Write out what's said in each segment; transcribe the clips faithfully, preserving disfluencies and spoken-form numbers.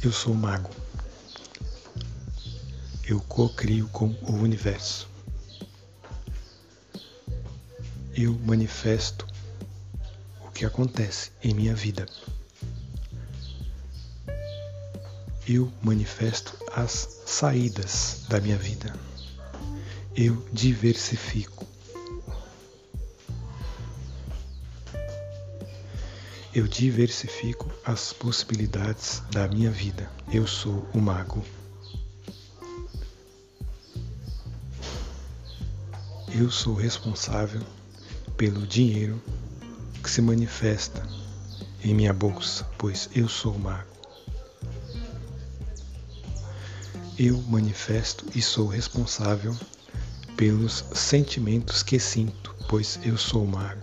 Eu sou o mago. Eu co-crio com o universo. Eu manifesto o que acontece em minha vida. Eu manifesto as saídas da minha vida. Eu diversifico. Eu diversifico as possibilidades da minha vida. Eu sou o mago. Eu sou responsável pelo dinheiro que se manifesta em minha bolsa, pois eu sou o mago. Eu manifesto e sou responsável pelos sentimentos que sinto, pois eu sou o mago.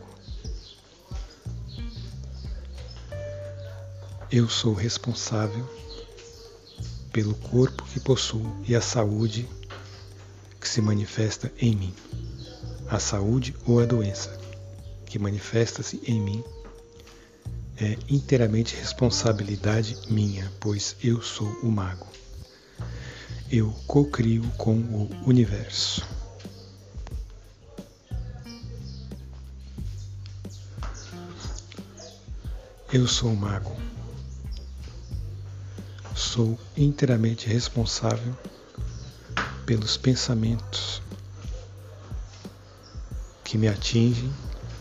Eu sou responsável pelo corpo que possuo e a saúde que se manifesta em mim. A saúde ou a doença que manifesta-se em mim é inteiramente responsabilidade minha, pois eu sou o mago. Eu co-crio com o universo. Eu sou o mago. Sou inteiramente responsável pelos pensamentos que me atingem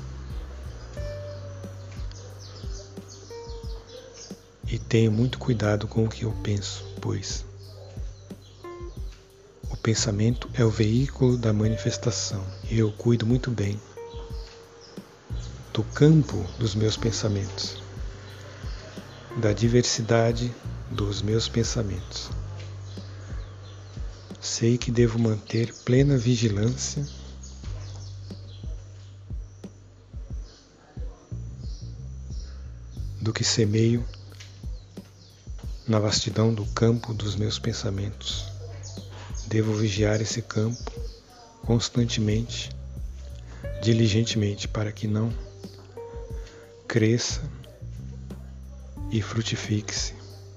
e tenho muito cuidado com o que eu penso, pois o pensamento é o veículo da manifestação e eu cuido muito bem do campo dos meus pensamentos, da diversidade dos meus pensamentos. Sei que devo manter plena vigilância do que semeio na vastidão do campo dos meus pensamentos. Devo vigiar esse campo constantemente, diligentemente, para que não cresça e frutifique-se,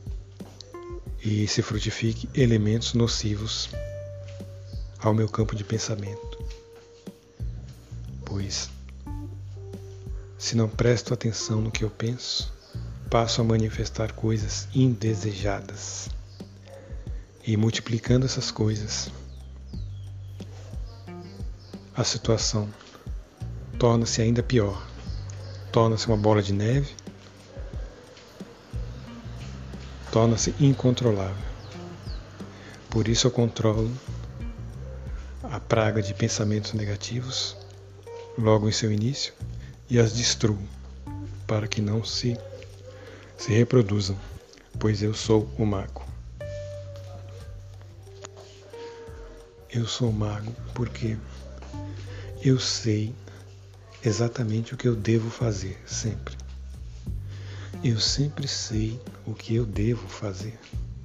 e se frutifique elementos nocivos ao meu campo de pensamento. Pois, se não presto atenção no que eu penso, passo a manifestar coisas indesejadas. E multiplicando essas coisas, a situação torna-se ainda pior. Torna-se uma bola de neve, torna-se incontrolável. Por isso eu controlo a praga de pensamentos negativos logo em seu início e as destruo para que não se, se reproduzam, pois eu sou o mago. Eu sou mago porque eu sei exatamente o que eu devo fazer, sempre. Eu sempre sei o que eu devo fazer.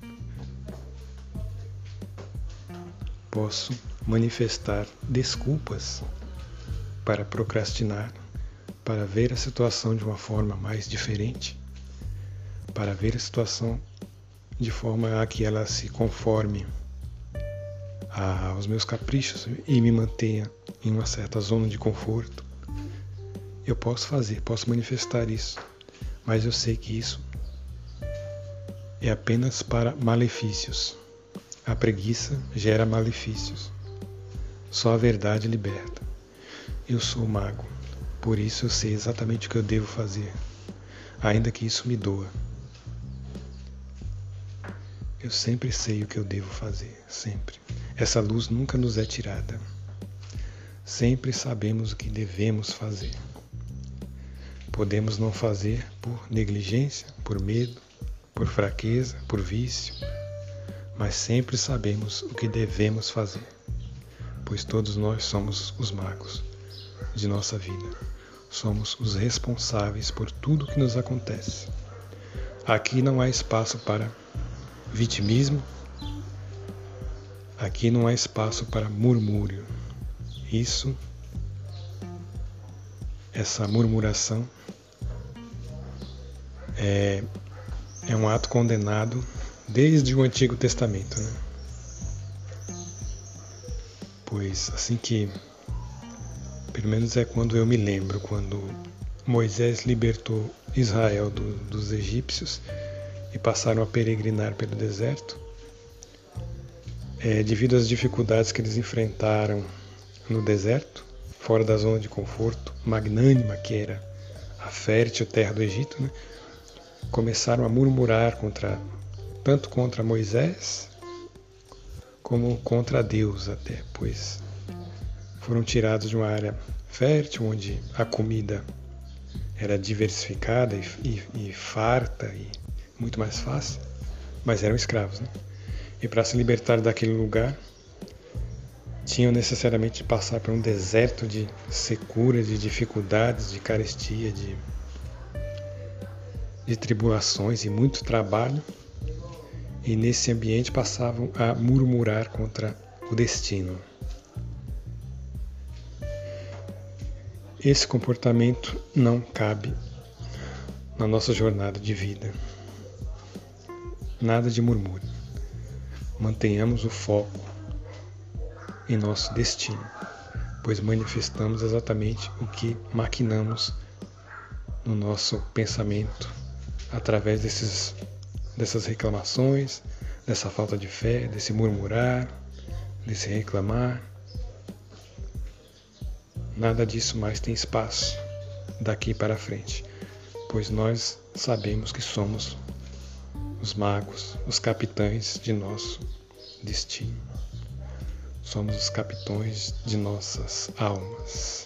Posso manifestar desculpas para procrastinar, para ver a situação de uma forma mais diferente, para ver a situação de forma a que ela se conforme aos meus caprichos e me mantenha em uma certa zona de conforto. Eu posso fazer, posso manifestar isso, mas eu sei que isso é apenas para malefícios. A preguiça gera malefícios. Só a verdade liberta. Eu sou mago, por isso eu sei exatamente o que eu devo fazer, ainda que isso me doa. Eu sempre sei o que eu devo fazer, sempre. Essa luz nunca nos é tirada. Sempre sabemos o que devemos fazer. Podemos não fazer por negligência, por medo, por fraqueza, por vício, mas sempre sabemos o que devemos fazer, pois todos nós somos os magos de nossa vida. Somos os responsáveis por tudo que nos acontece. Aqui não há espaço para vitimismo, aqui não há espaço para murmúrio. Isso, essa murmuração é, é um ato condenado desde o Antigo Testamento, né? Pois assim que, pelo menos é quando eu me lembro, quando Moisés libertou Israel do, dos egípcios e passaram a peregrinar pelo deserto, é, devido às dificuldades que eles enfrentaram no deserto, fora da zona de conforto magnânima que era a fértil terra do Egito, né, começaram a murmurar contra, tanto contra Moisés como contra Deus até, pois foram tirados de uma área fértil onde a comida era diversificada e, e, e farta e muito mais fácil, mas eram escravos, né? E para se libertar daquele lugar, tinham necessariamente de passar por um deserto de secura, de dificuldades, de carestia, de, de tribulações e muito trabalho. E nesse ambiente passavam a murmurar contra o destino. Esse comportamento não cabe na nossa jornada de vida. Nada de murmúrio. Mantenhamos o foco em nosso destino, pois manifestamos exatamente o que maquinamos no nosso pensamento através desses, dessas reclamações, dessa falta de fé, desse murmurar, desse reclamar. Nada disso mais tem espaço daqui para frente, pois nós sabemos que somos os magos, os capitães de nosso destino. Somos os capitães de nossas almas.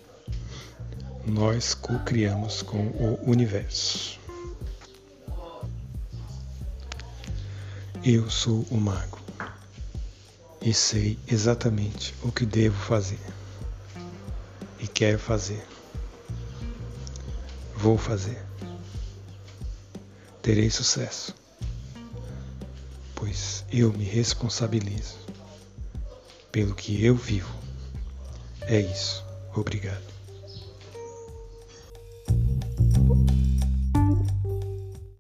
Nós co-criamos com o universo. Eu sou o mago e sei exatamente o que devo fazer. E quero fazer. Vou fazer. Terei sucesso, pois eu me responsabilizo pelo que eu vivo. É isso. Obrigado.